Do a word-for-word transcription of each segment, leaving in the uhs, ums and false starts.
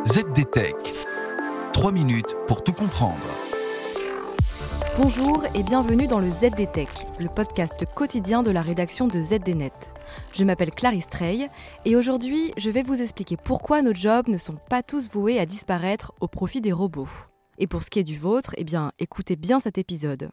Z D Tech. trois minutes pour tout comprendre. Bonjour et bienvenue dans le Z D Tech, le podcast quotidien de la rédaction de Z D Net. Je m'appelle Clarisse Treille et aujourd'hui, je vais vous expliquer pourquoi nos jobs ne sont pas tous voués à disparaître au profit des robots. Et pour ce qui est du vôtre, eh bien, écoutez bien cet épisode.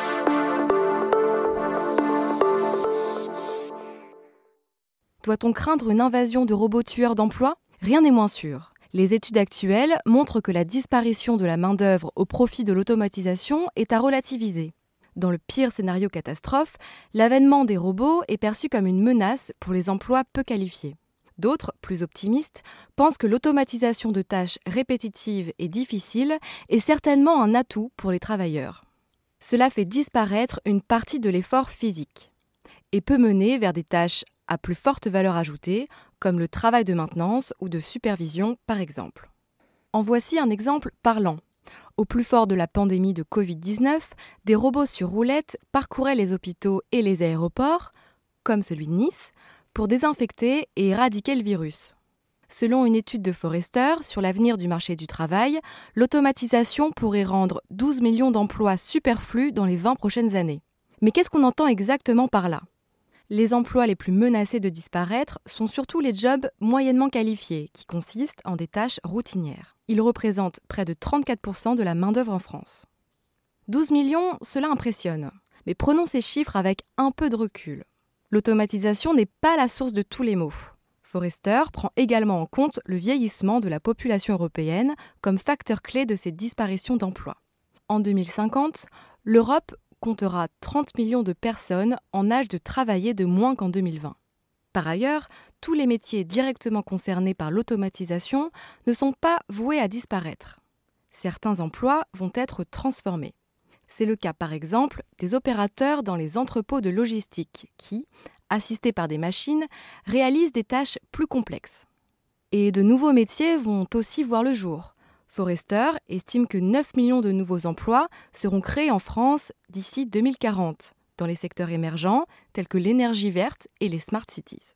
Doit-on craindre une invasion de robots tueurs d'emplois ? Rien n'est moins sûr. Les études actuelles montrent que la disparition de la main-d'œuvre au profit de l'automatisation est à relativiser. Dans le pire scénario catastrophe, l'avènement des robots est perçu comme une menace pour les emplois peu qualifiés. D'autres, plus optimistes, pensent que l'automatisation de tâches répétitives et difficiles est certainement un atout pour les travailleurs. Cela fait disparaître une partie de l'effort physique et peut mener vers des tâches à plus forte valeur ajoutée, comme le travail de maintenance ou de supervision par exemple. En voici un exemple parlant. Au plus fort de la pandémie de covid dix-neuf, des robots sur roulettes parcouraient les hôpitaux et les aéroports, comme celui de Nice, pour désinfecter et éradiquer le virus. Selon une étude de Forrester sur l'avenir du marché du travail, l'automatisation pourrait rendre douze millions d'emplois superflus dans les vingt prochaines années. Mais qu'est-ce qu'on entend exactement par là ? Les emplois les plus menacés de disparaître sont surtout les jobs moyennement qualifiés, qui consistent en des tâches routinières. Ils représentent près de trente-quatre pour cent de la main-d'œuvre en France. douze millions, cela impressionne. Mais prenons ces chiffres avec un peu de recul. L'automatisation n'est pas la source de tous les maux. Forrester prend également en compte le vieillissement de la population européenne comme facteur clé de ces disparitions d'emplois. En deux mille cinquante, l'Europe comptera trente millions de personnes en âge de travailler de moins qu'en deux mille vingt. Par ailleurs, tous les métiers directement concernés par l'automatisation ne sont pas voués à disparaître. Certains emplois vont être transformés. C'est le cas par exemple des opérateurs dans les entrepôts de logistique qui, assistés par des machines, réalisent des tâches plus complexes. Et de nouveaux métiers vont aussi voir le jour. Forrester estime que neuf millions de nouveaux emplois seront créés en France d'ici deux mille quarante, dans les secteurs émergents tels que l'énergie verte et les smart cities.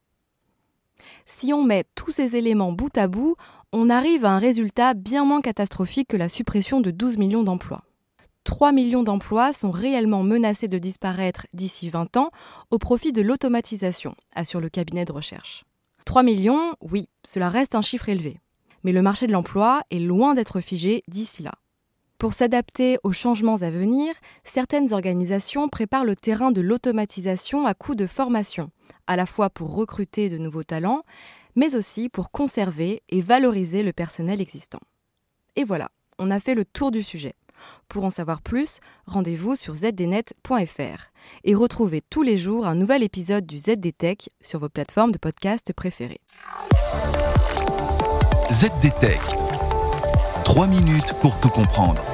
Si on met tous ces éléments bout à bout, on arrive à un résultat bien moins catastrophique que la suppression de douze millions d'emplois. trois millions d'emplois sont réellement menacés de disparaître d'ici vingt ans au profit de l'automatisation, assure le cabinet de recherche. trois millions, oui, cela reste un chiffre élevé. Mais le marché de l'emploi est loin d'être figé d'ici là. Pour s'adapter aux changements à venir, certaines organisations préparent le terrain de l'automatisation à coup de formation, à la fois pour recruter de nouveaux talents, mais aussi pour conserver et valoriser le personnel existant. Et voilà, on a fait le tour du sujet. Pour en savoir plus, rendez-vous sur z d net point f r et retrouvez tous les jours un nouvel épisode du Z D Tech sur vos plateformes de podcast préférées. Z D Tech. trois minutes pour tout comprendre.